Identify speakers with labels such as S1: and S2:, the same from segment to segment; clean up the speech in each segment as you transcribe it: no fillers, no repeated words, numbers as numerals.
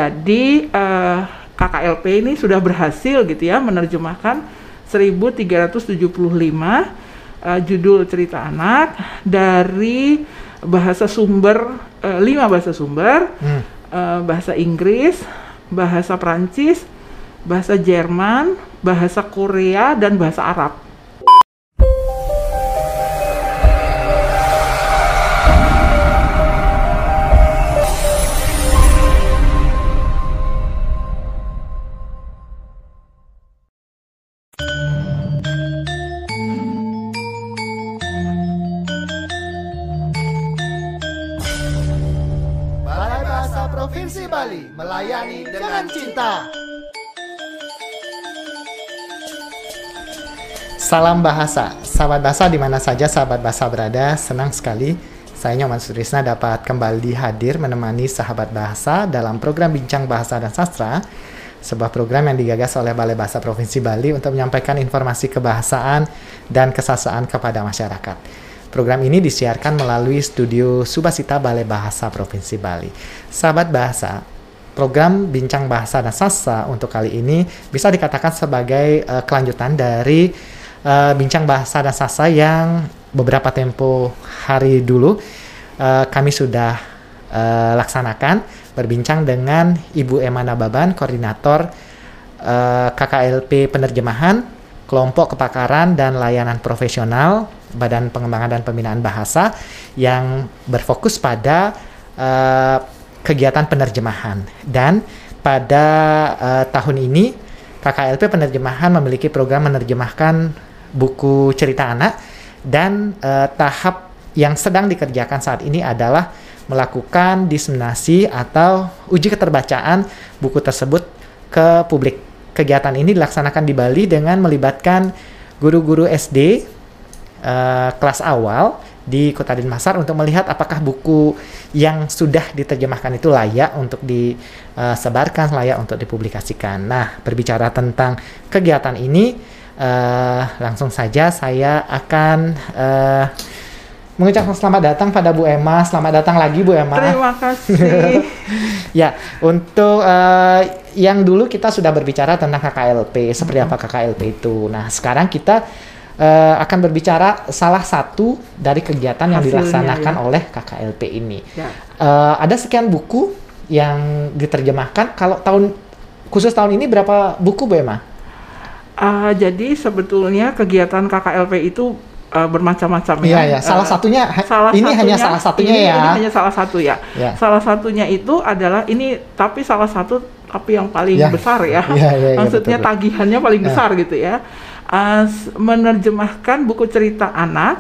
S1: Jadi KKLP ini sudah berhasil gitu ya menerjemahkan 1375 judul cerita anak dari bahasa sumber 5 bahasa sumber, bahasa Inggris, bahasa Prancis, bahasa Jerman, bahasa Korea, dan bahasa Arab.
S2: Balai Bahasa Provinsi Bali melayani dengan cinta. Salam bahasa, sahabat bahasa di mana saja sahabat bahasa berada, senang sekali saya Nyoman Sutrisna dapat kembali hadir menemani sahabat bahasa dalam program Bincang Bahasa dan Sastra, sebuah program yang digagas oleh Balai Bahasa Provinsi Bali untuk menyampaikan informasi kebahasaan dan kesastraan kepada masyarakat. Program ini disiarkan melalui studio Subasita Balai Bahasa Provinsi Bali. Sahabat bahasa, program Bincang Bahasa dan Sastra untuk kali ini bisa dikatakan sebagai kelanjutan dari Bincang Bahasa dan Sastra yang beberapa tempo hari dulu kami sudah laksanakan berbincang dengan Ibu Emma Nababan, Koordinator KKLP Penerjemahan, Kelompok Kepakaran dan Layanan Profesional Badan Pengembangan dan Pembinaan Bahasa yang berfokus pada kegiatan penerjemahan. Dan pada tahun ini KKLP Penerjemahan memiliki program menerjemahkan buku cerita anak, dan tahap yang sedang dikerjakan saat ini adalah melakukan diseminasi atau uji keterbacaan buku tersebut ke publik. Kegiatan ini dilaksanakan di Bali dengan melibatkan guru-guru SD kelas awal di Kota Denpasar untuk melihat apakah buku yang sudah diterjemahkan itu layak untuk disebarkan, layak untuk dipublikasikan. Nah, berbicara tentang kegiatan ini, langsung saja saya akan mengucapkan selamat datang pada Bu Emma. Selamat datang lagi Bu Emma.
S1: Terima kasih.
S2: Ya, untuk yang dulu kita sudah berbicara tentang KKLP, seperti apa KKLP itu. Nah, sekarang kita akan berbicara salah satu dari kegiatan yang dilaksanakan oleh KKLP ini. Ya. Ada sekian buku yang diterjemahkan. Kalau khusus tahun ini berapa buku Bu Emma?
S1: Jadi sebetulnya kegiatan KKLP itu bermacam-macam ya.
S2: Iya, salah satunya hanya salah satunya ya.
S1: Ini hanya salah satu ya. Salah satunya itu adalah ini, tapi salah satu tapi yang paling besar ya. Maksudnya betul. Tagihannya paling besar gitu ya. Menerjemahkan buku cerita anak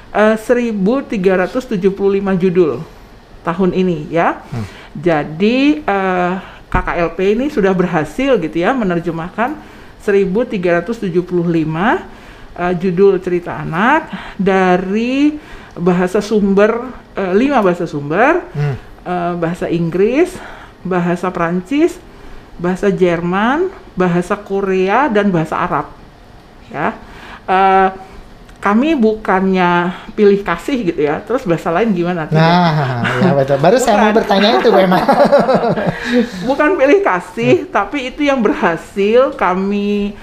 S1: 1375 judul tahun ini ya. Jadi KKLP ini sudah berhasil gitu ya menerjemahkan 1375 judul cerita anak dari bahasa sumber 5 bahasa sumber, bahasa Inggris, bahasa Prancis, bahasa Jerman, bahasa Korea, dan bahasa Arab. Ya, kami bukannya pilih kasih gitu ya, terus bahasa lain gimana?
S2: Nah, ya betul. Baru saya mau bertanya itu memang.
S1: Bukan pilih kasih, tapi itu yang berhasil kami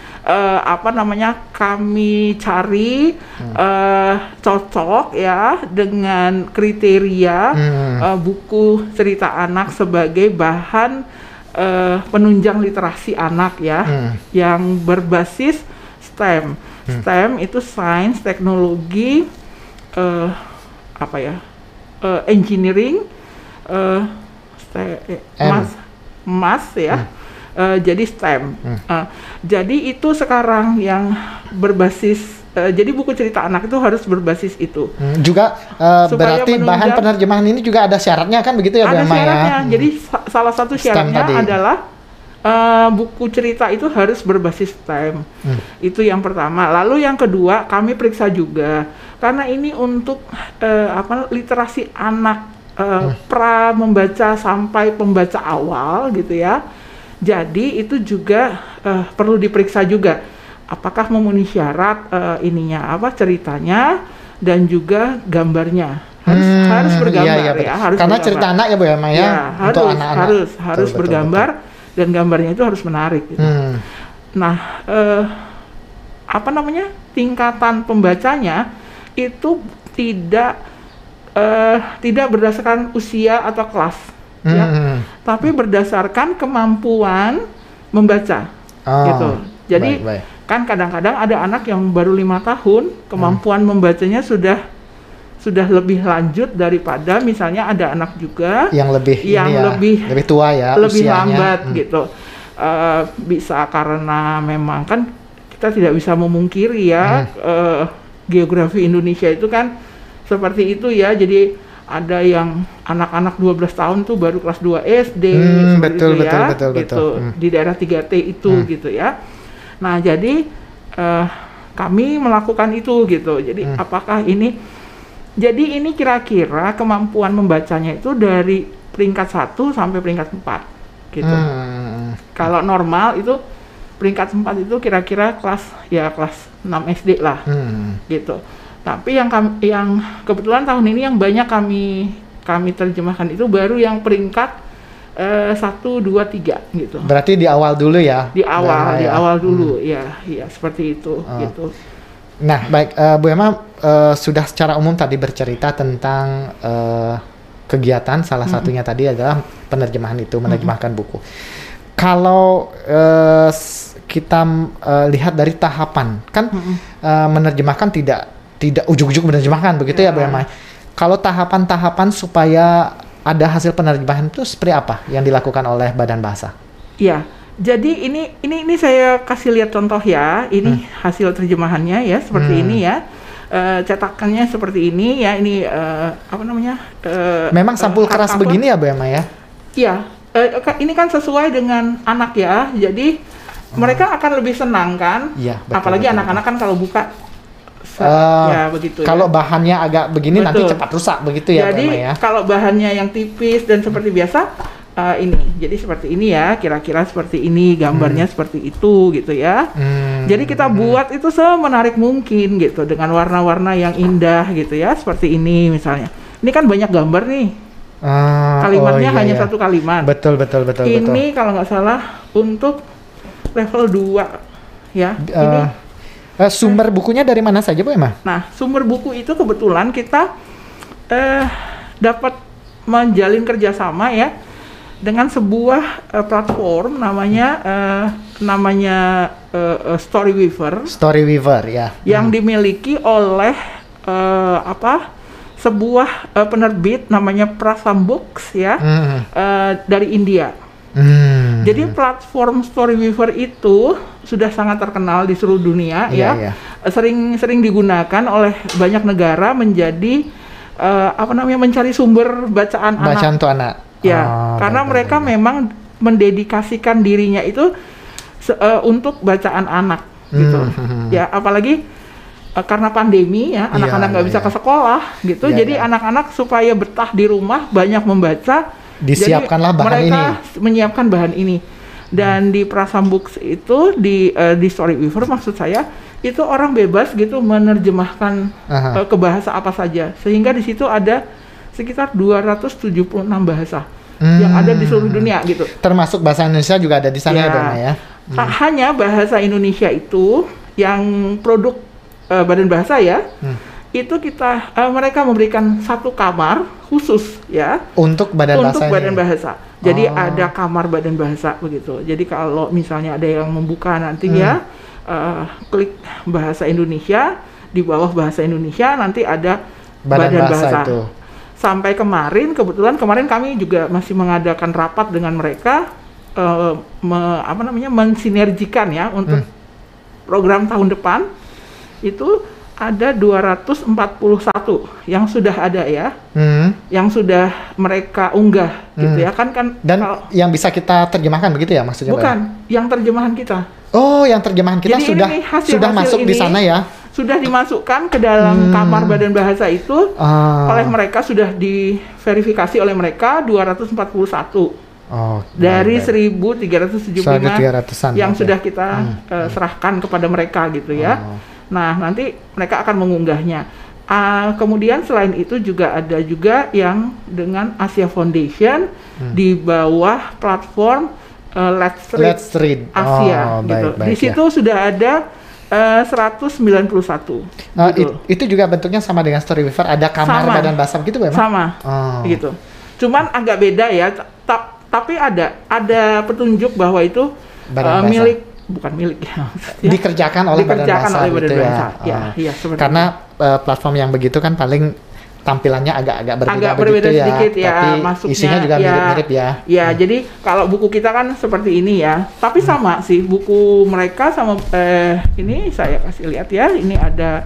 S1: kami cari cocok ya dengan kriteria buku cerita anak sebagai bahan penunjang literasi anak ya, yang berbasis STEM. STEM itu sains, teknologi, engineering, mas ya. Jadi STEM. Jadi itu sekarang yang berbasis. Jadi buku cerita anak itu harus berbasis itu.
S2: Juga berarti bahan penerjemahan ini juga ada syaratnya kan begitu ya?
S1: Ada syaratnya. Jadi salah satu syaratnya adalah buku cerita itu harus berbasis STEM. Itu yang pertama. Lalu yang kedua, kami periksa juga karena ini untuk literasi anak pra membaca sampai pembaca awal gitu ya. Jadi itu juga perlu diperiksa juga apakah memenuhi syarat ceritanya dan juga gambarnya harus bergambar
S2: iya,
S1: ya, harus
S2: karena
S1: bergambar.
S2: cerita anak ya Bu Emma ya, untuk anak-anak
S1: harus
S2: betul,
S1: bergambar dan gambarnya itu harus menarik gitu. Nah, tingkatan pembacanya itu tidak berdasarkan usia atau kelas, ya, tapi berdasarkan kemampuan membaca, gitu. Jadi
S2: baik.
S1: Kan kadang-kadang ada anak yang baru 5 tahun kemampuan membacanya sudah lebih lanjut daripada misalnya ada anak juga
S2: yang lebih tua ya,
S1: lebih
S2: usianya.
S1: lambat gitu. Bisa karena memang kan kita tidak bisa memungkiri ya, geografi Indonesia itu kan seperti itu ya. Jadi ada yang anak-anak 12 tahun tuh baru kelas 2 SD,
S2: betul.
S1: di daerah 3T itu gitu ya. Nah, jadi kami melakukan itu gitu. Jadi apakah ini kira-kira kemampuan membacanya itu dari peringkat 1 sampai peringkat 4 gitu. Kalau normal itu peringkat 4 itu kira-kira kelas 6 SD lah, gitu. Tapi yang kebetulan tahun ini yang banyak kami terjemahkan itu baru yang peringkat 1, 2, 3 gitu.
S2: Berarti di awal dulu ya?
S1: Di awal dulu, ya seperti itu gitu.
S2: Nah, baik, Bu Emma sudah secara umum tadi bercerita tentang kegiatan, salah satunya tadi adalah penerjemahan itu, menerjemahkan buku. Kalau kita lihat dari tahapan, kan menerjemahkan tidak ujuk-ujuk menerjemahkan, begitu ya Bu Emma? Kalau tahapan-tahapan supaya ada hasil penerjemahan itu seperti apa yang dilakukan oleh Badan Bahasa?
S1: Iya, jadi ini saya kasih lihat contoh ya. Ini hasil terjemahannya ya, seperti ini ya. Cetakannya seperti ini ya. Ini
S2: memang sampul keras begini ya Bu Emma ya?
S1: Iya, ini kan sesuai dengan anak ya. Jadi mereka akan lebih senang kan?
S2: Iya, betul,
S1: apalagi
S2: betul,
S1: anak-anak kan kalau buka. Ya begitu.
S2: Kalau
S1: ya.
S2: bahannya agak begini nanti cepat rusak begitu ya.
S1: Jadi
S2: ya?
S1: Kalau bahannya yang tipis dan seperti biasa ini, jadi seperti ini ya, kira-kira seperti ini, gambarnya seperti itu gitu ya. Jadi kita buat itu semenarik mungkin gitu dengan warna-warna yang indah gitu ya, seperti ini misalnya. Ini kan banyak gambar nih. Kalimatnya hanya satu kalimat.
S2: Betul.
S1: Ini kalau nggak salah untuk level 2 ya. Ini
S2: sumber bukunya dari mana saja Bu Emma?
S1: Nah, sumber buku itu kebetulan kita dapat menjalin kerjasama ya dengan sebuah platform namanya Storyweaver. Storyweaver ya. Yang dimiliki oleh sebuah penerbit namanya Prasam Books ya, dari India. Jadi platform Storyweaver itu sudah sangat terkenal di seluruh dunia ya. Sering digunakan oleh banyak negara menjadi mencari sumber bacaan anak. Ya, karena mereka memang mendedikasikan dirinya itu untuk bacaan anak gitu. Ya, apalagi karena pandemi ya, anak-anak nggak bisa ke sekolah gitu. Jadi anak-anak supaya betah di rumah banyak membaca.
S2: Disiapkanlah bahan
S1: mereka
S2: ini.
S1: Menyiapkan bahan ini. Dan di Prasam Books itu di Storyweaver maksud saya itu orang bebas gitu menerjemahkan ke bahasa apa saja, sehingga di situ ada sekitar 276 bahasa yang ada di seluruh dunia gitu.
S2: Termasuk bahasa Indonesia juga ada di sana ya.
S1: Hanya bahasa Indonesia itu yang produk Badan Bahasa ya. Itu mereka memberikan satu kamar khusus ya untuk Badan Bahasa. Jadi ada kamar Badan Bahasa begitu. Jadi kalau misalnya ada yang membuka nanti ya klik bahasa Indonesia, di bawah bahasa Indonesia nanti ada Badan Bahasa. Itu. Sampai kebetulan kemarin kami juga masih mengadakan rapat dengan mereka mensinergikan ya untuk program tahun depan itu. Ada 241 yang sudah ada ya, yang sudah mereka unggah gitu ya kan.
S2: Dan yang bisa kita terjemahkan begitu ya maksudnya?
S1: Bukan, yang terjemahan kita.
S2: Oh, yang terjemahan kita. Jadi sudah masuk di sana ya?
S1: Sudah dimasukkan ke dalam kamar Badan Bahasa itu oleh mereka, sudah diverifikasi oleh mereka 241. Dari 1.375 yang sudah kita serahkan kepada mereka gitu ya. Nah, nanti mereka akan mengunggahnya. Kemudian selain itu juga ada juga yang dengan Asia Foundation di bawah platform Let's Read Asia gitu. Di situ sudah ada 191. Gitu.
S2: Itu juga bentuknya sama dengan Storyweaver, ada kamar badan bahasa gitu Mbak Emma?
S1: Sama, gitu. Cuman agak beda ya, tapi ada petunjuk bahwa itu bukan milik ya.
S2: Dikerjakan oleh badan bahasa gitu
S1: ya. Ya,
S2: karena platform yang begitu kan paling tampilannya agak berbeda gitu
S1: sedikit
S2: ya, tapi masuknya, isinya juga mirip-mirip ya.
S1: Ya, jadi kalau buku kita kan seperti ini ya, tapi sama sih buku mereka sama ini saya kasih lihat ya, ini ada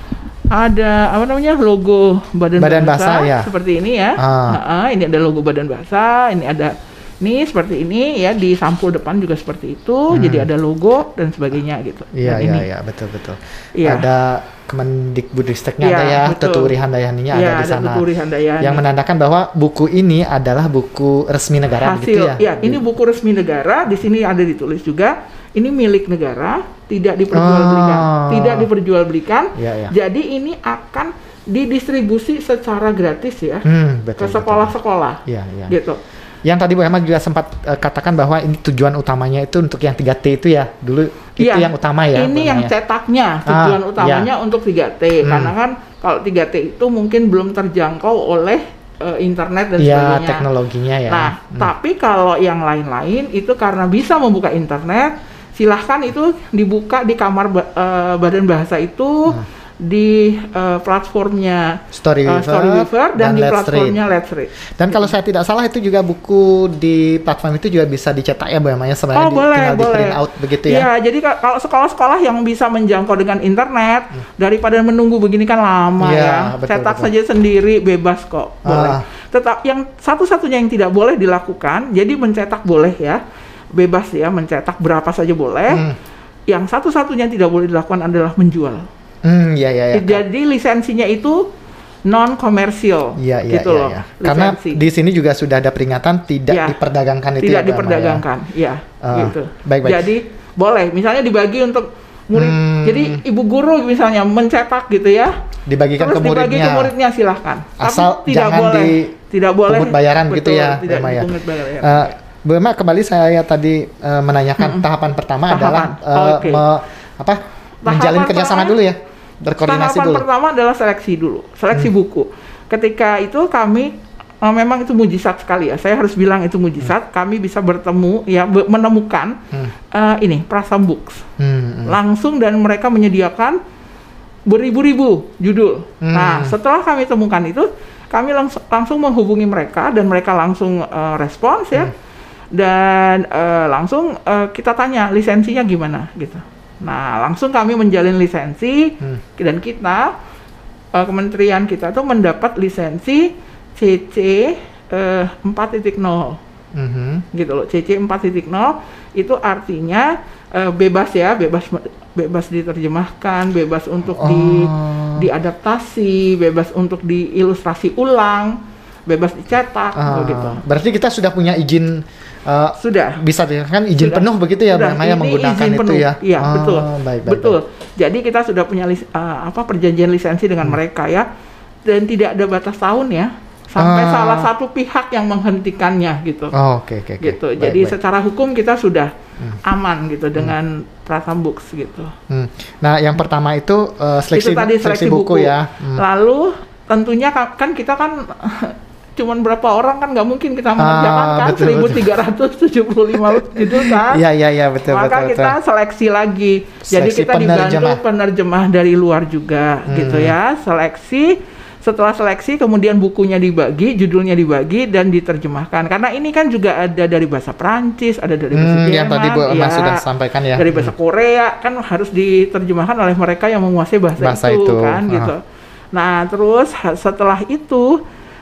S1: apa namanya logo badan bahasa
S2: ya.
S1: Seperti ini ya. Ini ada logo badan bahasa, ini ada ini seperti ini ya, di sampul depan juga seperti itu, jadi ada logo dan sebagainya gitu.
S2: Iya, betul. Ya. Ada Kemendikbudristeknya ada ya, Tuturi Handayaninya ada di sana. Yang menandakan bahwa buku ini adalah buku resmi negara begitu ya.
S1: Ya, ini buku resmi negara, di sini ada ditulis juga, ini milik negara, tidak diperjualbelikan. Jadi ini akan didistribusi secara gratis ya, ke sekolah-sekolah. Gitu.
S2: Yang tadi Bu Emma juga sempat katakan bahwa ini tujuan utamanya itu untuk yang 3T itu ya, dulu itu yang utama ya.
S1: Ini yang cetaknya, tujuan utamanya untuk 3T, karena kan kalau 3T itu mungkin belum terjangkau oleh internet dan sebagainya.
S2: Teknologinya ya.
S1: Nah, tapi kalau yang lain-lain itu karena bisa membuka internet, silahkan itu dibuka di kamar badan bahasa itu. Di platformnya Storyweaver dan di platformnya Let's Read.
S2: Dan kalau saya tidak salah itu juga buku di platform itu juga bisa dicetak ya Bu Emma ya, sebenarnya tinggal di print out begitu ya.
S1: Iya, jadi kalau sekolah-sekolah yang bisa menjangkau dengan internet daripada menunggu begini kan lama ya. Cetak saja sendiri bebas kok, boleh. Tetap yang satu-satunya yang tidak boleh dilakukan, jadi mencetak boleh ya. Bebas ya, mencetak berapa saja boleh. Yang satu-satunya yang tidak boleh dilakukan adalah menjual. Jadi lisensinya itu non komersial, gitu loh.
S2: Karena di sini juga sudah ada peringatan tidak diperdagangkan itu.
S1: Tidak diperdagangkan, gitu. Baik. Jadi boleh, misalnya dibagi untuk murid. Jadi ibu guru misalnya mencetak gitu ya.
S2: Dibagikan ke muridnya.
S1: Dibagi ke muridnya silahkan.
S2: Asal
S1: tapi tidak boleh
S2: pungut bayaran gitu ya.
S1: Tidak dipungut bayaran.
S2: Bu Emma, kembali saya tadi menanyakan tahapan pertama adalah menjalin kerjasama dulu ya. Berkoordinasi
S1: dulu. Pertama adalah seleksi dulu, seleksi buku. Ketika itu kami memang itu mujizat sekali ya. Saya harus bilang itu mujizat. Kami bisa bertemu ya, menemukan ini Prasam Books. Langsung, dan mereka menyediakan beribu-ribu judul. Nah, setelah kami temukan itu, kami langsung menghubungi mereka dan mereka langsung respons ya. Dan langsung kita tanya lisensinya gimana gitu. Nah, langsung kami menjalin lisensi dan kita kementerian kita tuh mendapat lisensi CC 4.0 gitu loh. CC 4.0 itu artinya bebas ya, bebas diterjemahkan, bebas untuk diadaptasi, bebas untuk diilustrasi ulang, bebas dicetak gitu.
S2: Berarti kita sudah punya izin. Sudah bisa dikatakan izin penuh begitu ya Mbak Maya menggunakan itu ya.
S1: Iya, betul. Jadi kita sudah punya perjanjian lisensi dengan mereka ya, dan tidak ada batas tahun ya, sampai salah satu pihak yang menghentikannya gitu.
S2: Oke.
S1: Gitu. Jadi secara hukum kita sudah aman gitu dengan Prasam Books gitu.
S2: Nah, yang pertama itu seleksi buku ya.
S1: Lalu tentunya kan kita kan cuman berapa orang kan, nggak mungkin kita mengerjakan kan 1.375 judul kan.
S2: Iya betul.
S1: Maka kita seleksi lagi. Jadi kita dibantu penerjemah dari luar juga gitu ya. Setelah seleksi kemudian bukunya dibagi, judulnya dibagi dan diterjemahkan. Karena ini kan juga ada dari bahasa Prancis, ada dari bahasa Jerman,
S2: yang tadi Bu Emma sudah sampaikan ya.
S1: Dari bahasa Korea kan harus diterjemahkan oleh mereka yang menguasai bahasa itu kan gitu. Nah, terus setelah itu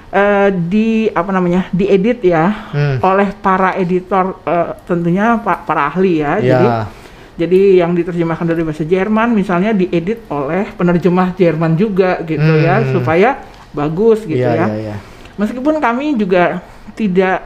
S1: diedit ya oleh para editor, tentunya para ahli ya. Jadi yang diterjemahkan dari bahasa Jerman misalnya diedit oleh penerjemah Jerman juga gitu ya, supaya bagus gitu ya. Meskipun kami juga tidak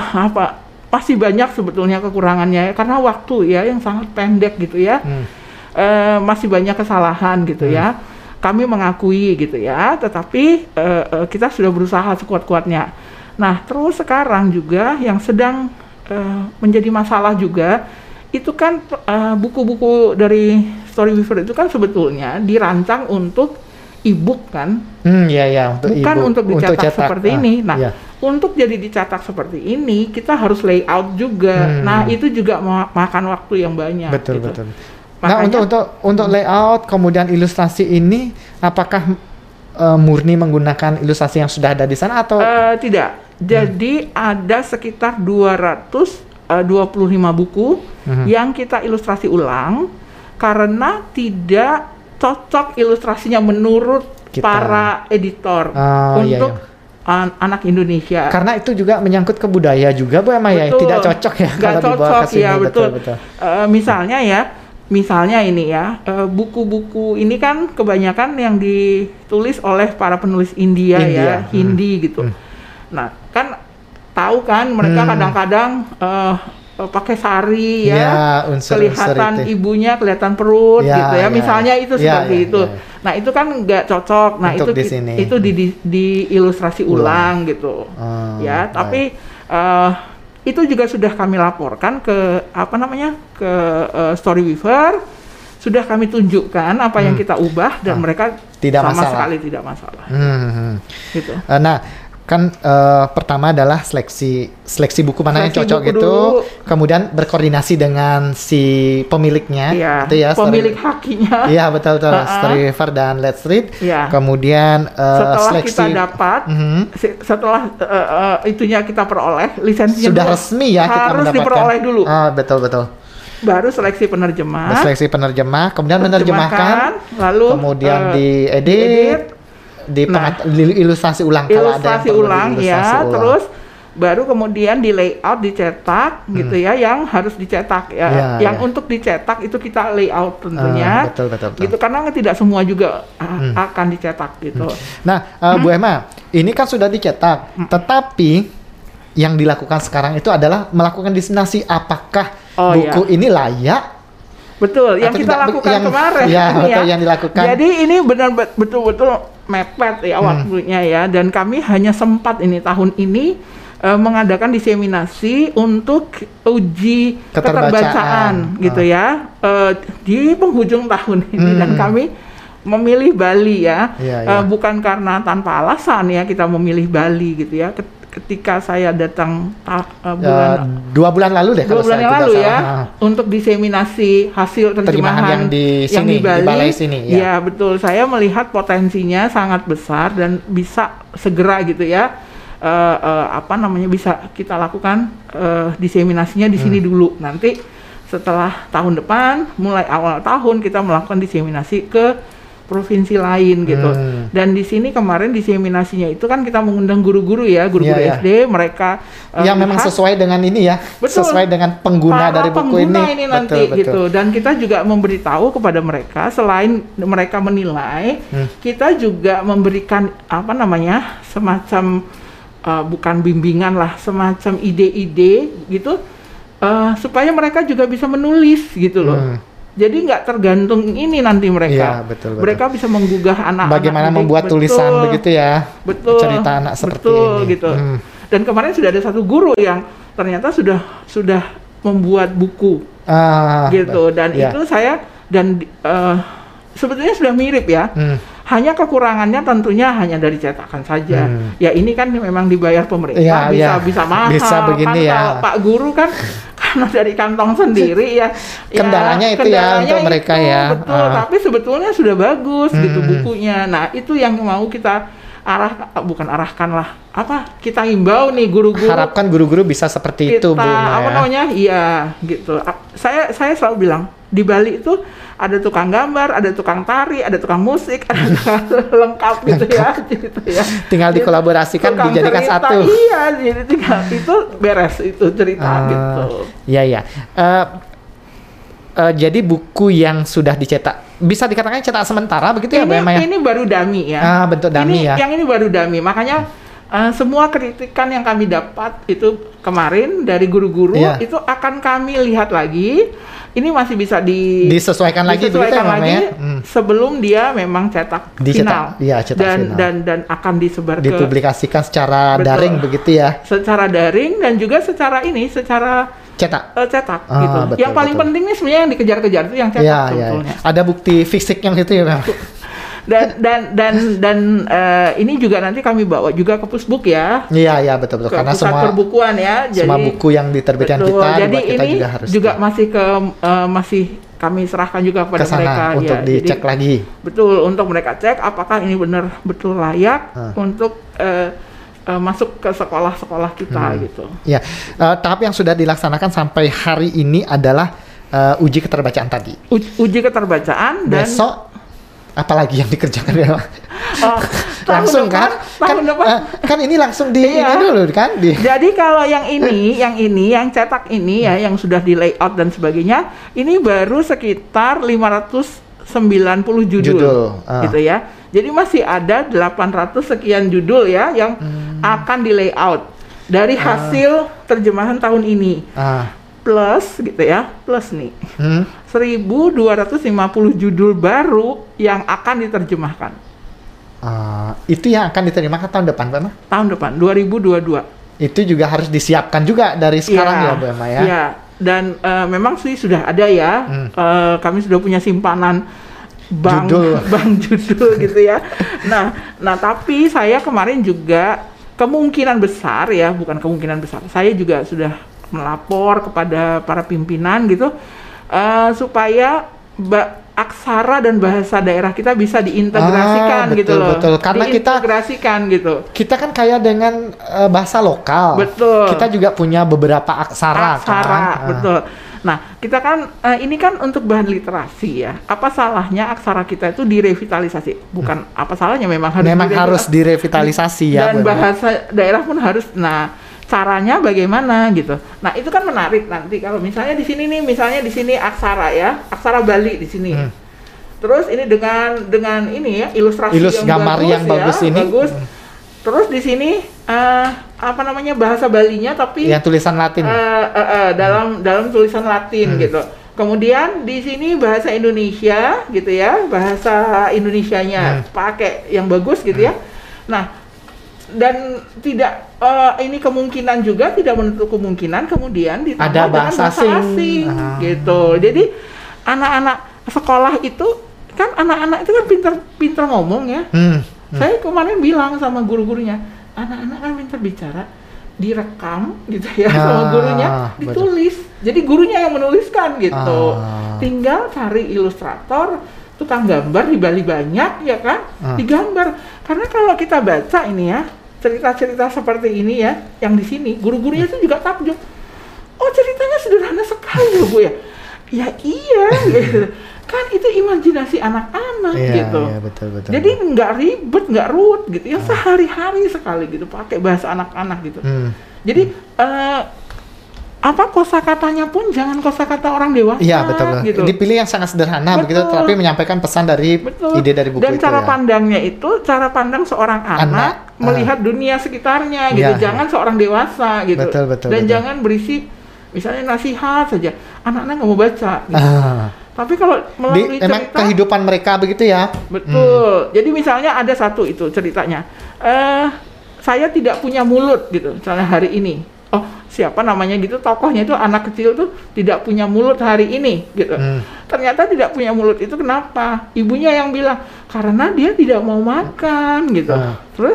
S1: masih banyak sebetulnya kekurangannya ya, karena waktu ya yang sangat pendek gitu ya. masih banyak kesalahan gitu ya. Kami mengakui gitu ya, tetapi kita sudah berusaha sekuat-kuatnya. Nah, terus sekarang juga yang sedang menjadi masalah juga, itu kan buku-buku dari Storyweaver itu kan sebetulnya dirancang untuk e-book kan?
S2: Iya, untuk
S1: bukan
S2: e-book,
S1: untuk dicetak seperti ini. Nah,
S2: iya.
S1: untuk jadi dicetak seperti ini, kita harus layout juga. Nah, itu juga makan waktu yang banyak.
S2: Betul,
S1: gitu.
S2: betul.
S1: Makanya,
S2: nah, untuk layout kemudian ilustrasi ini, apakah murni menggunakan ilustrasi yang sudah ada di sana atau
S1: tidak? Jadi ada sekitar 225 buku yang kita ilustrasi ulang karena tidak cocok ilustrasinya menurut para editor untuk anak Indonesia.
S2: Karena itu juga menyangkut ke budaya juga, Bu Emma, ya, tidak cocok ya kalau dibawa ke sini.
S1: Ya, betul. Misalnya ini ya, buku-buku ini kan kebanyakan yang ditulis oleh para penulis India. Ya, Hindi gitu. Nah, kan tahu kan mereka kadang-kadang pakai sari ya, kelihatan ibunya, kelihatan perut gitu ya. Misalnya itu seperti itu. Nah, itu kan nggak cocok. Nah, itu di ilustrasi ulang gitu. Ya, tapi itu juga sudah kami laporkan ke Storyweaver, sudah kami tunjukkan apa yang kita ubah dan mereka sama sekali tidak masalah. Gitu.
S2: Nah, kan pertama adalah seleksi buku mana yang cocok gitu, kemudian berkoordinasi dengan si pemiliknya,
S1: gitu ya, pemilik hakinya.
S2: Iya, betul. Storyweaver dan Let's Read. Kemudian
S1: setelah
S2: seleksi
S1: kita dapat, setelah itunya kita peroleh, lisensinya
S2: sudah resmi ya,
S1: harus
S2: kita
S1: diperoleh dulu.
S2: Betul.
S1: Baru seleksi penerjemah.
S2: Kemudian menerjemahkan,
S1: lalu
S2: kemudian diedit. Ilustrasi ulang kalau ada yang perlu ilustrasi ulang. Terus
S1: baru kemudian di layout, dicetak gitu ya, yang harus dicetak ya, yang untuk dicetak itu kita layout tentunya.
S2: Betul.
S1: Gitu, karena tidak semua juga akan dicetak gitu.
S2: Nah, Bu Emma, ini kan sudah dicetak, tetapi yang dilakukan sekarang itu adalah melakukan diseminasi. Apakah buku ini layak?
S1: Betul, yang kita lakukan kemarin.
S2: Yang dilakukan.
S1: Jadi ini betul-betul mepet ya waktunya ya, dan kami hanya sempat ini tahun ini mengadakan diseminasi untuk uji keterbacaan gitu ya, di penghujung tahun ini, dan kami memilih Bali ya, bukan karena tanpa alasan ya kita memilih Bali gitu ya. Ketika saya datang
S2: 2 bulan lalu deh,
S1: 2 bulan yang lalu ya, untuk diseminasi hasil terjemahan
S2: yang di
S1: Bali,
S2: di Balai sini
S1: ya betul, saya melihat potensinya sangat besar dan bisa segera gitu ya, bisa kita lakukan diseminasinya di sini dulu. Nanti setelah tahun depan, mulai awal tahun kita melakukan diseminasi ke provinsi lain gitu. Dan di sini kemarin diseminasinya itu kan kita mengundang guru-guru ya, guru-guru SD, mereka
S2: yang memang sesuai dengan ini ya, sesuai dengan pengguna dari buku ini
S1: nanti gitu. Dan kita juga memberitahu kepada mereka, selain mereka menilai, kita juga memberikan semacam bukan bimbingan lah, semacam ide-ide gitu, supaya mereka juga bisa menulis gitu loh. Jadi nggak tergantung ini nanti mereka.
S2: Betul.
S1: Mereka bisa menggugah anak-anak.
S2: Bagaimana membuat tulisan begitu ya? Cerita anak seperti ini.
S1: Gitu. Dan kemarin sudah ada satu guru yang ternyata sudah membuat buku. Gitu. Dan itu saya sebetulnya sudah mirip ya. Hanya kekurangannya tentunya hanya dari cetakan saja. Ya ini kan memang dibayar pemerintah, bisa mahal.
S2: Bisa begini
S1: kan, kalau Pak Guru kan karena dari kantong sendiri ya.
S2: Kendalanya itu ya untuk mereka ya.
S1: Betul, tapi sebetulnya sudah bagus gitu bukunya. Nah, itu yang mau kita kita himbau nih guru-guru.
S2: Harapkan guru-guru bisa seperti itu, Bu.
S1: Iya gitu. Saya selalu bilang di Bali itu ada tukang gambar, ada tukang tari, ada tukang musik, ada tukang lengkap gitu ya. Tinggal
S2: dikolaborasikan, dijadikan
S1: cerita,
S2: satu.
S1: Iya, jadi tinggal itu beres itu cerita gitu.
S2: Iya. Jadi buku yang sudah dicetak bisa dikatakan cetak sementara begitu ya, Mbak Maya?
S1: Ini baru dummy ya.
S2: Bentuk dummy ya.
S1: Yang ini baru dummy, makanya semua kritikan yang kami dapat itu kemarin dari guru-guru itu akan kami lihat lagi ini masih bisa
S2: disesuaikan lagi
S1: sebelum dia memang cetak final.
S2: Iya, cetak final.
S1: Dan akan
S2: dipublikasikan secara daring begitu ya.
S1: Secara daring dan juga secara cetak gitu. Yang paling penting nih sebenarnya yang dikejar-kejar itu yang cetak sebetulnya.
S2: Ada bukti fisiknya gitu ya memang.
S1: Dan ini juga nanti kami bawa juga ke Pusbuk ya.
S2: Iya betul. Karena semua
S1: perbukuan ya.
S2: Semua buku yang diterbitkan kita
S1: ini
S2: juga harus
S1: masih kami serahkan juga kepada mereka
S2: untuk dicek lagi.
S1: Betul, untuk mereka cek apakah ini betul layak untuk masuk ke sekolah-sekolah kita gitu.
S2: Ya, tahap yang sudah dilaksanakan sampai hari ini adalah uji keterbacaan tadi.
S1: Uji keterbacaan dan
S2: besok apalagi yang dikerjakan ya? Langsung kan ini langsung ini dulu kan
S1: Jadi kalau yang cetak ini ya yang sudah di layout dan sebagainya ini baru sekitar 590 judul. Gitu ya. Jadi masih ada 800 sekian judul ya yang akan di layout dari hasil terjemahan tahun ini. Plus gitu ya, plus nih 1.250 judul baru yang akan diterjemahkan.
S2: Itu yang akan diterjemahkan tahun depan, Pak?
S1: Tahun depan, 2022.
S2: Itu juga harus disiapkan juga dari sekarang ya, Mbak ya? Iya,
S1: dan memang sih sudah ada ya, kami sudah punya simpanan bank judul gitu ya. Nah tapi saya kemarin juga kemungkinan besar ya, bukan kemungkinan besar, saya juga sudah melapor kepada para pimpinan gitu supaya aksara dan bahasa daerah kita bisa diintegrasikan gitu loh.
S2: Betul. Karena kita kan kaya dengan bahasa lokal.
S1: Betul.
S2: Kita juga punya beberapa aksara kan.
S1: Betul. Nah, kita kan ini kan untuk bahan literasi ya. Apa salahnya aksara kita itu direvitalisasi? Bukan apa salahnya, memang
S2: harus direvitalisasi ya.
S1: Dan bahasa daerah pun harus. Nah, caranya bagaimana gitu. Nah, itu kan menarik nanti kalau misalnya di sini nih, misalnya di sini aksara ya, aksara Bali di sini. Terus ini dengan ini ya, ilustrasi yang bagus ini. Terus di sini bahasa Balinya tapi
S2: yang tulisan Latin.
S1: Dalam tulisan Latin gitu. Kemudian di sini bahasa Indonesia gitu ya, bahasa Indonesianya pakai yang bagus gitu ya. Nah, dan tidak ini kemungkinan juga tidak menutup kemungkinan kemudian ditambah
S2: ada bahasa asing
S1: gitu. Jadi anak-anak sekolah itu kan anak-anak itu kan pintar ngomong ya. Saya kemarin bilang sama guru-gurunya, anak-anak kan pintar bicara, direkam gitu ya sama gurunya, ditulis. Jadi gurunya yang menuliskan gitu. Tinggal cari ilustrator, tukang gambar di Bali banyak ya kan, digambar. Karena kalau kita baca ini ya, cerita-cerita seperti ini ya, yang di sini guru-gurunya itu juga takjub. Oh, ceritanya sederhana sekali loh Bu ya. Ya iya gitu. Kan itu imajinasi anak-anak gitu.
S2: Iya, betul.
S1: Jadi nggak ribet, nggak ruwet gitu. Ya sehari-hari sekali gitu pakai bahasa anak-anak gitu. Jadi kosakatanya pun jangan kosakata orang dewasa.
S2: Iya, betul. Gitu. Dipilih yang sangat sederhana begitu, tapi menyampaikan pesan dari ide dari buku
S1: dan
S2: itu.
S1: Dan cara pandangnya itu cara pandang seorang anak melihat dunia sekitarnya gitu. Jangan seorang dewasa gitu.
S2: Betul.
S1: Dan jangan berisi misalnya nasihat saja. Anak-anak nggak mau baca. Gitu. Tapi kalau melalui cerita,
S2: kehidupan mereka begitu ya.
S1: Betul. Jadi misalnya ada satu itu ceritanya. Saya tidak punya mulut gitu. Misalnya hari ini. Oh, siapa namanya gitu, tokohnya itu anak kecil tuh tidak punya mulut hari ini gitu. Ternyata tidak punya mulut itu kenapa? Ibunya yang bilang karena dia tidak mau makan gitu. Terus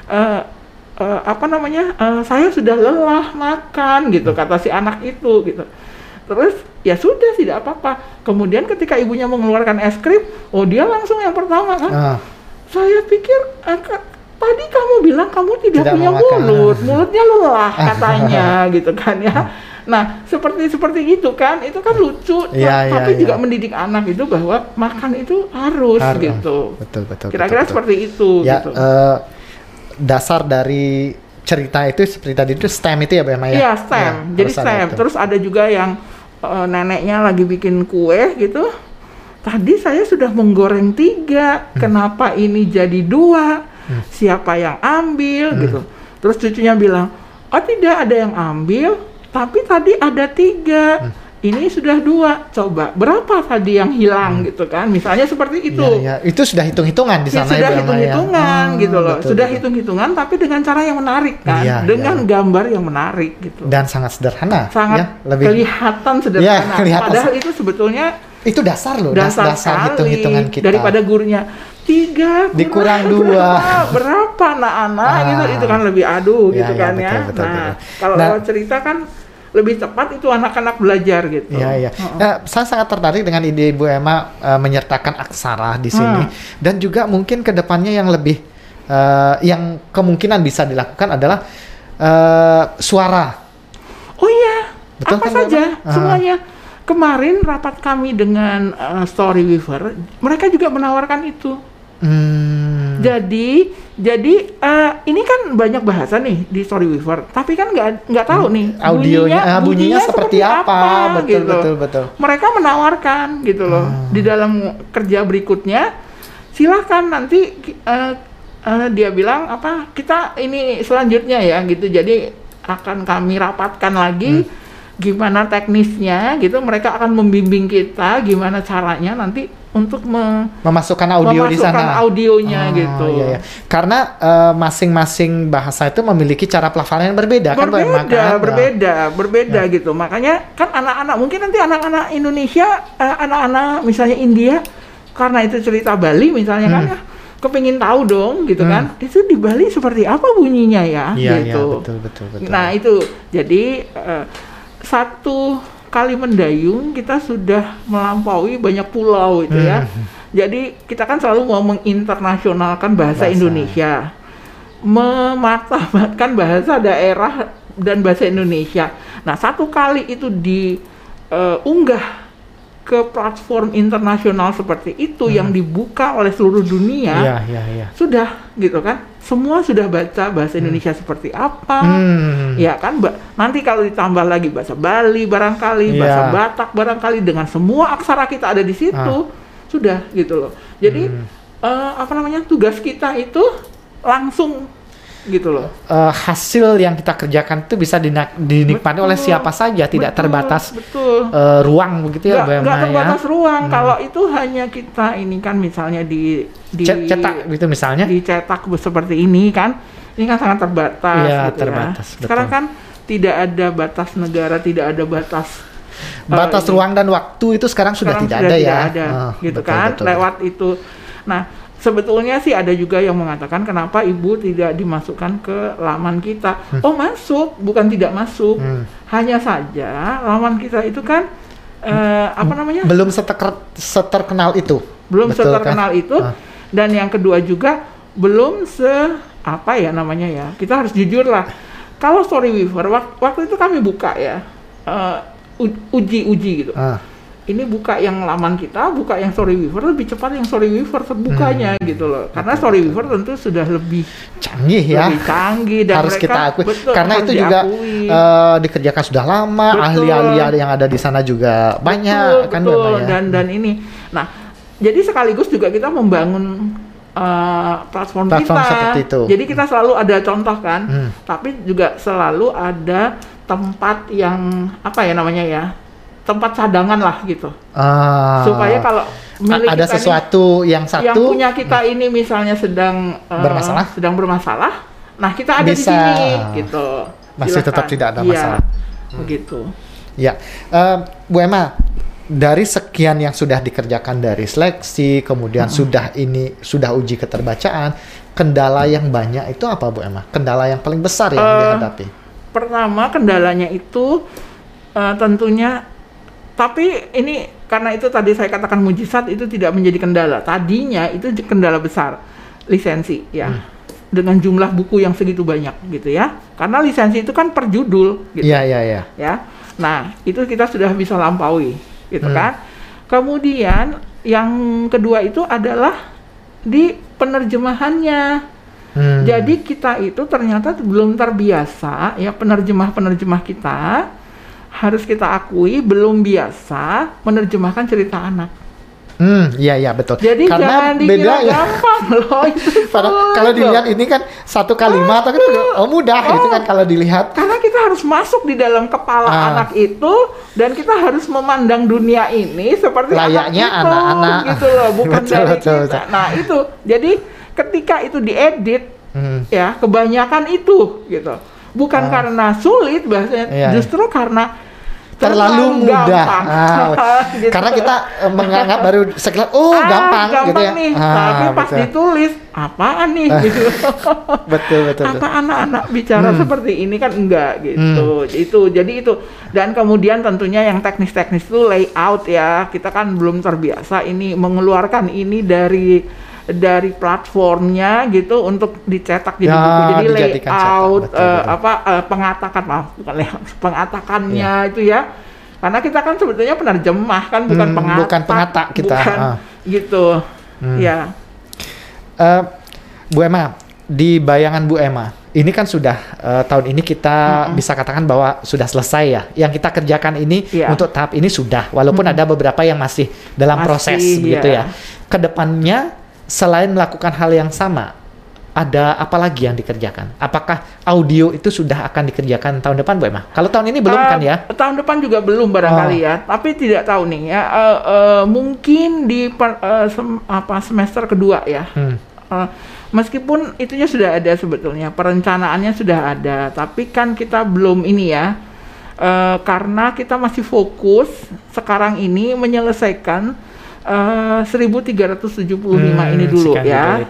S1: saya sudah lelah makan gitu, kata si anak itu gitu. Terus ya sudah, tidak apa-apa. Kemudian ketika ibunya mengeluarkan es krim, oh dia langsung yang pertama kan. Saya pikir tadi kamu bilang kamu tidak punya mulut, mulutnya lelah katanya gitu kan ya. Nah, seperti itu kan, itu kan lucu, tapi juga mendidik anak itu bahwa makan itu harus gitu.
S2: Betul.
S1: Kira-kira seperti itu.
S2: Ya,
S1: gitu.
S2: Dasar dari cerita itu seperti tadi itu STEM itu ya, Mbak Maya?
S1: Iya, STEM. Jadi STEM. Terus ada juga yang neneknya lagi bikin kue gitu. Tadi saya sudah menggoreng 3, kenapa ini jadi 2? Siapa yang ambil gitu. Terus cucunya bilang, oh tidak ada yang ambil, tapi tadi ada 3. ini sudah 2, coba berapa tadi yang hilang gitu kan, misalnya seperti itu.
S2: Itu sudah hitung-hitungan di sana.
S1: Sudah hitung-hitungan gitu loh, sudah hitung-hitungan tapi dengan cara yang menarik kan, dengan gambar yang menarik gitu.
S2: Dan sangat sederhana,
S1: sangat kelihatan sederhana. Padahal itu sebetulnya
S2: itu dasar loh, dasar hitung-hitungan kita.
S1: Daripada gurunya 3
S2: dikurang 2
S1: berapa anak-anak gitu, itu kan lebih gitu kan ya.
S2: Betul.
S1: Kalau lewat cerita kan lebih tepat, itu anak-anak belajar gitu.
S2: Nah, saya sangat tertarik dengan ide Ibu Emma menyertakan aksara di sini, dan juga mungkin kedepannya yang lebih yang kemungkinan bisa dilakukan adalah suara.
S1: Oh iya,
S2: betul
S1: apa
S2: kan,
S1: saja semuanya. Kemarin rapat kami dengan Storyweaver, mereka juga menawarkan itu. Jadi ini kan banyak bahasa nih di Storyweaver, tapi kan nggak tahu nih
S2: bunyinya seperti apa. Betul.
S1: Mereka menawarkan gitu loh. Di dalam kerja berikutnya, silahkan nanti dia bilang kita ini selanjutnya ya gitu. Jadi akan kami rapatkan lagi gimana teknisnya gitu. Mereka akan membimbing kita gimana caranya nanti untuk
S2: memasukkan audio di sana.
S1: Audionya gitu.
S2: Iya. Karena masing-masing bahasa itu memiliki cara pelafalan yang berbeda kan,
S1: berbeda gitu. Makanya kan anak-anak, mungkin nanti anak-anak Indonesia, anak-anak misalnya India, karena itu cerita Bali misalnya kan ya, kepingin tahu dong gitu kan, itu di Bali seperti apa bunyinya ya gitu.
S2: Iya, betul.
S1: Nah itu jadi satu kali mendayung kita sudah melampaui banyak pulau itu ya. Jadi kita kan selalu mau menginternasionalkan bahasa Indonesia, memartabatkan bahasa daerah dan bahasa Indonesia. Nah, satu kali itu diunggah ke platform internasional seperti itu yang dibuka oleh seluruh dunia, sudah gitu kan, semua sudah baca bahasa Indonesia seperti apa, ya kan. Nanti kalau ditambah lagi bahasa Bali barangkali, bahasa Batak barangkali, dengan semua aksara kita ada di situ, sudah gitu loh. Jadi tugas kita itu langsung gitu loh.
S2: Hasil yang kita kerjakan itu bisa dinikmati oleh siapa saja, tidak terbatas ruang begitu ya,
S1: nggak terbatas ruang. Kalau itu hanya kita ini kan misalnya
S2: cetak gitu misalnya,
S1: dicetak seperti ini kan sangat terbatas.
S2: Iya,
S1: gitu
S2: terbatas.
S1: Ya. Sekarang kan tidak ada batas negara, tidak ada batas
S2: ruang dan waktu, itu sekarang sudah tidak ada ya.
S1: Gitu kan, lewat itu. Nah, sebetulnya sih ada juga yang mengatakan kenapa Ibu tidak dimasukkan ke laman kita. Oh, masuk, bukan tidak masuk. Hanya saja laman kita itu kan
S2: belum seterkenal itu.
S1: Belum seterkenal itu. Dan yang kedua juga belum kita harus jujur lah. Kalau Storyweaver waktu itu kami buka ya, uji gitu. Ini buka yang laman kita, buka yang Storyweaver, lebih cepat yang Storyweaver terbukanya gitu loh. Karena Storyweaver tentu sudah lebih
S2: canggih dan harus mereka, kita akui. Karena itu juga dikerjakan sudah lama, ahli-ahli yang ada di sana juga banyak kan.
S1: Dan ini. Nah, jadi sekaligus juga kita membangun platform kita.
S2: Seperti itu.
S1: Jadi kita selalu ada contoh kan, tapi juga selalu ada tempat yang tempat cadangan lah gitu, supaya kalau
S2: ada sesuatu yang
S1: punya kita ini misalnya sedang bermasalah, nah kita ada di sini gitu.
S2: Masih tetap tidak ada masalah.
S1: Begitu.
S2: Ya, Bu Emma, dari sekian yang sudah dikerjakan dari seleksi, kemudian sudah uji keterbacaan, kendala yang banyak itu apa, Bu Emma? Kendala yang paling besar yang dihadapi?
S1: Pertama, kendalanya itu tentunya. Tapi ini karena itu tadi saya katakan mujizat itu tidak menjadi kendala. Tadinya itu kendala besar, lisensi ya. Dengan jumlah buku yang segitu banyak gitu ya. Karena lisensi itu kan per judul gitu.
S2: Iya.
S1: Ya. Nah, itu kita sudah bisa lampaui gitu kan. Kemudian yang kedua itu adalah di penerjemahannya. Jadi kita itu ternyata belum terbiasa ya, penerjemah kita harus kita akui belum biasa menerjemahkan cerita anak.
S2: Iya betul.
S1: Jadi
S2: karena
S1: jangan dikira gampang loh itu.
S2: Kalau dilihat ini kan satu kalimat mudah itu kan kalau dilihat.
S1: Karena kita harus masuk di dalam kepala anak itu, dan kita harus memandang dunia ini seperti
S2: layaknya anak-anak
S1: gitu loh, bukan
S2: betul,
S1: dari
S2: betul,
S1: kita.
S2: betul.
S1: Nah itu, jadi ketika itu diedit, ya kebanyakan itu gitu, bukan karena sulit bahasanya, justru karena
S2: terlalu mudah.
S1: Gitu.
S2: Karena kita menganggap baru sekilas gampang gitu ya.
S1: Nih. Tapi pas ditulis apaan nih gitu.
S2: Betul.
S1: Apa anak-anak bicara seperti ini kan enggak gitu. Jadi itu. Dan kemudian tentunya yang teknis-teknis itu layout ya. Kita kan belum terbiasa ini mengeluarkan ini dari platformnya gitu untuk dicetak jadi buku. Jadi layout pengatakannya itu ya. Karena kita kan sebetulnya penerjemah kan, bukan
S2: pengatak kita.
S1: Gitu. Ya.
S2: Bu Emma, di bayangan Bu Emma, ini kan sudah tahun ini kita bisa katakan bahwa sudah selesai ya. Yang kita kerjakan ini untuk tahap ini sudah, walaupun ada beberapa yang masih dalam proses begitu ya. Kedepannya selain melakukan hal yang sama, ada apa lagi yang dikerjakan? Apakah audio itu sudah akan dikerjakan tahun depan, Bu Emma? Kalau tahun ini belum kan ya?
S1: Tahun depan juga belum barangkali ya, tapi tidak tahu nih ya. Mungkin di semester kedua ya. Meskipun itunya sudah ada sebetulnya, perencanaannya sudah ada, tapi kan kita belum ini ya, karena kita masih fokus sekarang ini menyelesaikan 1375 ini dulu ya,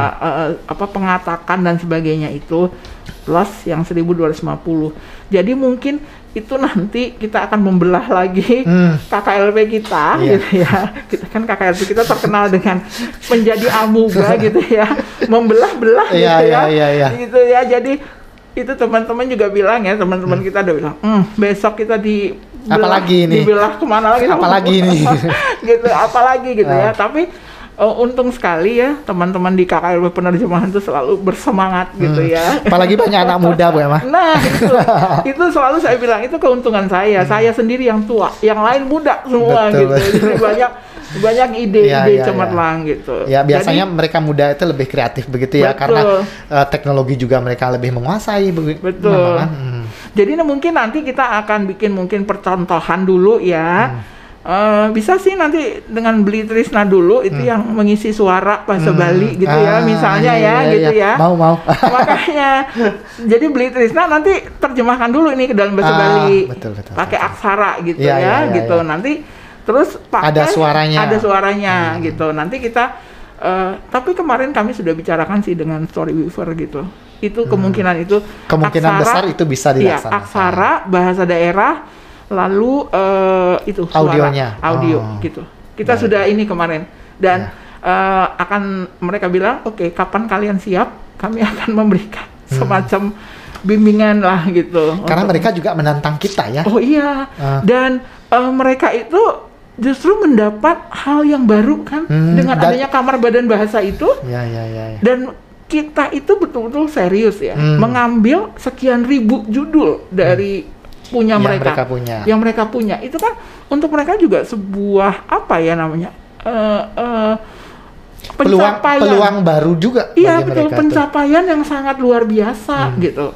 S1: pengatakan dan sebagainya itu, plus yang 1250. Jadi mungkin itu nanti kita akan membelah lagi KKLP kita gitu ya. Kita kan KKLP kita terkenal dengan menjadi amuba gitu ya, membelah-belah gitu ya. Gitu ya. Jadi itu teman-teman juga bilang ya, teman-teman kita udah bilang, besok kita
S2: apalagi ini
S1: dibelah kemana lagi,
S2: apalagi ini
S1: gitu, apalagi gitu ya. Tapi untung sekali ya teman-teman di KKLP penerjemahan itu selalu bersemangat gitu ya.
S2: Apalagi banyak anak muda, Bu Emma.
S1: Nah itu selalu saya bilang, itu keuntungan saya. Saya sendiri yang tua, yang lain muda semua. Betul, gitu. Jadi banyak ide-ide cemerlang gitu.
S2: Ya biasanya jadi, mereka muda itu lebih kreatif begitu ya, karena teknologi juga mereka lebih menguasai.
S1: Betul. Jadi mungkin nanti kita akan bikin mungkin percontohan dulu ya. Bisa sih nanti dengan beli Trisna dulu itu yang mengisi suara bahasa Bali gitu ya, misalnya gitu ya.
S2: Mau.
S1: Makanya jadi beli Trisna nanti terjemahkan dulu ini ke dalam bahasa Bali.
S2: Betul.
S1: Pakai aksara gitu gitu. Nanti terus pakai ada suaranya gitu. Nanti kita tapi kemarin kami sudah bicarakan sih dengan Storyweaver gitu. Itu kemungkinan
S2: aksara, besar itu bisa dilaksanakan.
S1: Iya, aksara, bahasa daerah, lalu itu
S2: audionya,
S1: audio gitu. Kita sudah ini kemarin, dan akan mereka bilang, oke, kapan kalian siap, kami akan memberikan semacam bimbingan lah gitu.
S2: Karena mereka juga menantang kita ya.
S1: Oh iya, dan mereka itu justru mendapat hal yang baru kan dengan adanya Kamar Badan Bahasa itu.
S2: Ya.
S1: Dan kita itu betul-betul serius ya, mengambil sekian ribu judul dari yang mereka punya. Itu kan untuk mereka juga sebuah apa ya namanya,
S2: peluang baru juga.
S1: Iya betul, pencapaian yang sangat luar biasa gitu.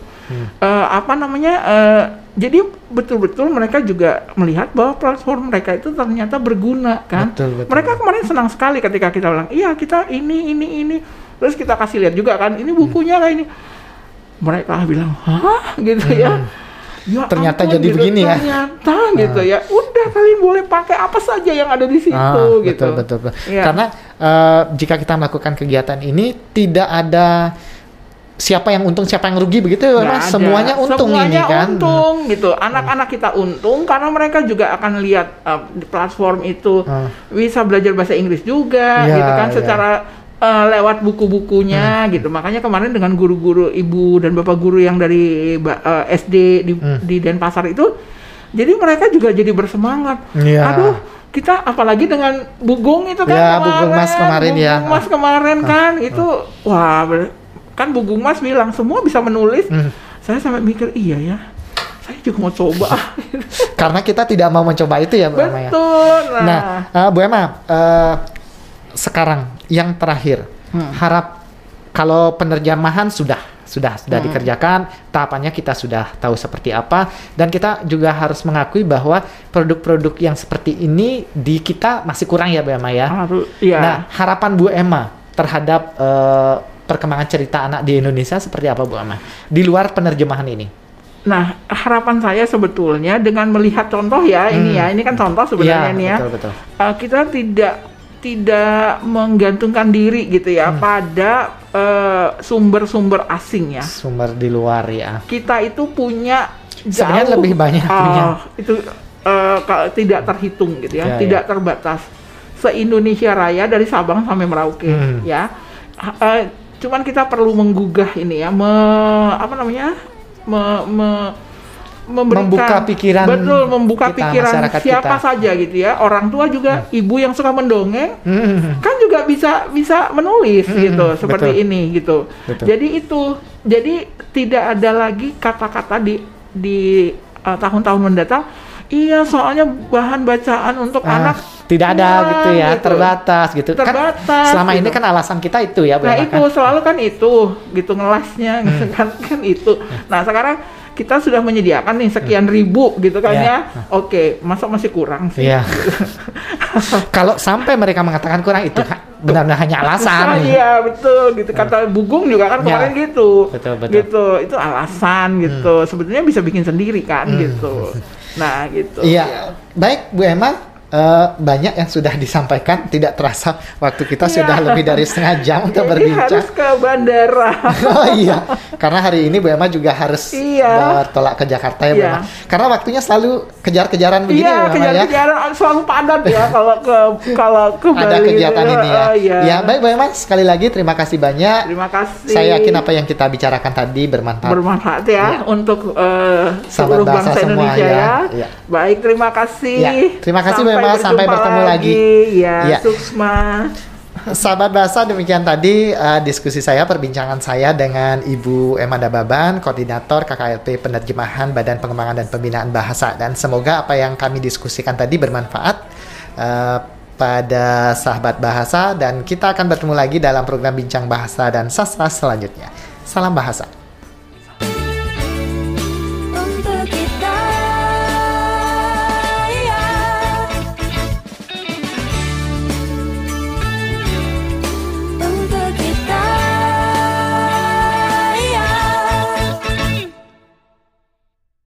S1: Jadi betul-betul mereka juga melihat bahwa platform mereka itu ternyata berguna kan. Betul. Mereka kemarin senang sekali ketika kita bilang, iya kita ini. Terus kita kasih lihat juga kan, ini bukunya lah ini. Mereka bilang, hah gitu ya. Ya
S2: ternyata
S1: ampun,
S2: jadi
S1: gitu,
S2: begini ya.
S1: Ternyata gitu ya. Udah kalian boleh pakai apa saja yang ada di situ gitu.
S2: Betul. Ya. Karena jika kita melakukan kegiatan ini tidak ada siapa yang untung, siapa yang rugi begitu ya, Mas? Semuanya untung ini kan.
S1: Untung gitu. Anak-anak kita untung karena mereka juga akan lihat di platform itu bisa belajar bahasa Inggris juga gitu kan secara lewat buku-bukunya gitu. Makanya kemarin dengan guru-guru ibu dan bapak guru yang dari SD di Denpasar itu, jadi mereka juga jadi bersemangat. Aduh, kita apalagi dengan Bugung itu kan
S2: Bugung Mas kemarin
S1: kan itu kan Bugung Mas bilang semua bisa menulis. Saya sampai mikir iya ya, saya juga mau coba.
S2: Karena kita tidak mau mencoba itu ya, Bu Emma.
S1: Betul.
S2: Nah, Bu Emma, sekarang yang terakhir, harap kalau penerjemahan sudah sudah dikerjakan, tahapannya kita sudah tahu seperti apa, dan kita juga harus mengakui bahwa produk-produk yang seperti ini di kita masih kurang ya Bu Emma ya.
S1: Iya.
S2: Nah, harapan Bu Emma terhadap perkembangan cerita anak di Indonesia seperti apa Bu Emma di luar penerjemahan ini?
S1: Nah, harapan saya sebetulnya dengan melihat contoh ya, ini kan contoh sebenarnya nih ya.
S2: Betul.
S1: Kita tidak menggantungkan diri gitu ya pada sumber-sumber asing ya.
S2: Sumber di luar ya.
S1: Kita itu punya
S2: sebenarnya lebih banyak punya.
S1: Itu tidak terhitung gitu ya, tidak terbatas. Se-Indonesia Raya dari Sabang sampai Merauke ya. Cuman kita perlu menggugah ini ya,
S2: membuka pikiran,
S1: membuka pikiran siapa saja gitu ya, orang tua juga, ibu yang suka mendongeng kan juga bisa menulis gitu, seperti ini gitu. Jadi tidak ada lagi kata-kata di tahun-tahun mendatang. Iya, soalnya bahan bacaan untuk anak
S2: tidak ada gitu ya, terbatas gitu. Kan selama ini kan alasan kita itu ya,
S1: nah itu selalu kan itu gitu ngelasnya gitu kan itu. Nah sekarang kita sudah menyediakan nih sekian ribu gitu kan ya. Oke, masa masih kurang sih?
S2: Iya. Kalau sampai mereka mengatakan kurang itu benar-benar hanya alasan.
S1: Iya betul gitu. Kata Bugung juga kan kemarin gitu.
S2: Betul.
S1: Gitu, itu alasan gitu. Sebetulnya bisa bikin sendiri kan gitu. Nah gitu.
S2: Iya. Baik Bu Emma. Banyak yang sudah disampaikan, tidak terasa waktu kita sudah lebih dari setengah jam untuk berbincang.
S1: Harus ke bandara.
S2: Oh iya, karena hari ini Bu Emma juga harus bertolak ke Jakarta ya Bu Emma. Karena waktunya selalu kejar-kejaran begini ya Bu Emma ya. Iya,
S1: kejar-kejaran selalu padat ya kalau ke Bali.
S2: Ada kegiatan ini ya. Ya baik Bu Emma, sekali lagi terima kasih banyak.
S1: Terima kasih.
S2: Saya yakin apa yang kita bicarakan tadi bermanfaat.
S1: Bermanfaat ya untuk seluruh bangsa Indonesia ya. Baik, terima kasih.
S2: Ya, terima kasih Bu Emma. Sampai bertemu lagi.
S1: Ya, Suksma.
S2: Sahabat Bahasa, demikian tadi diskusi saya, perbincangan saya dengan Ibu Emma Dababan, Koordinator KKLP Penerjemahan Badan Pengembangan dan Pembinaan Bahasa. Dan semoga apa yang kami diskusikan tadi bermanfaat pada sahabat bahasa, dan kita akan bertemu lagi dalam program Bincang Bahasa dan Sastra selanjutnya. Salam Bahasa.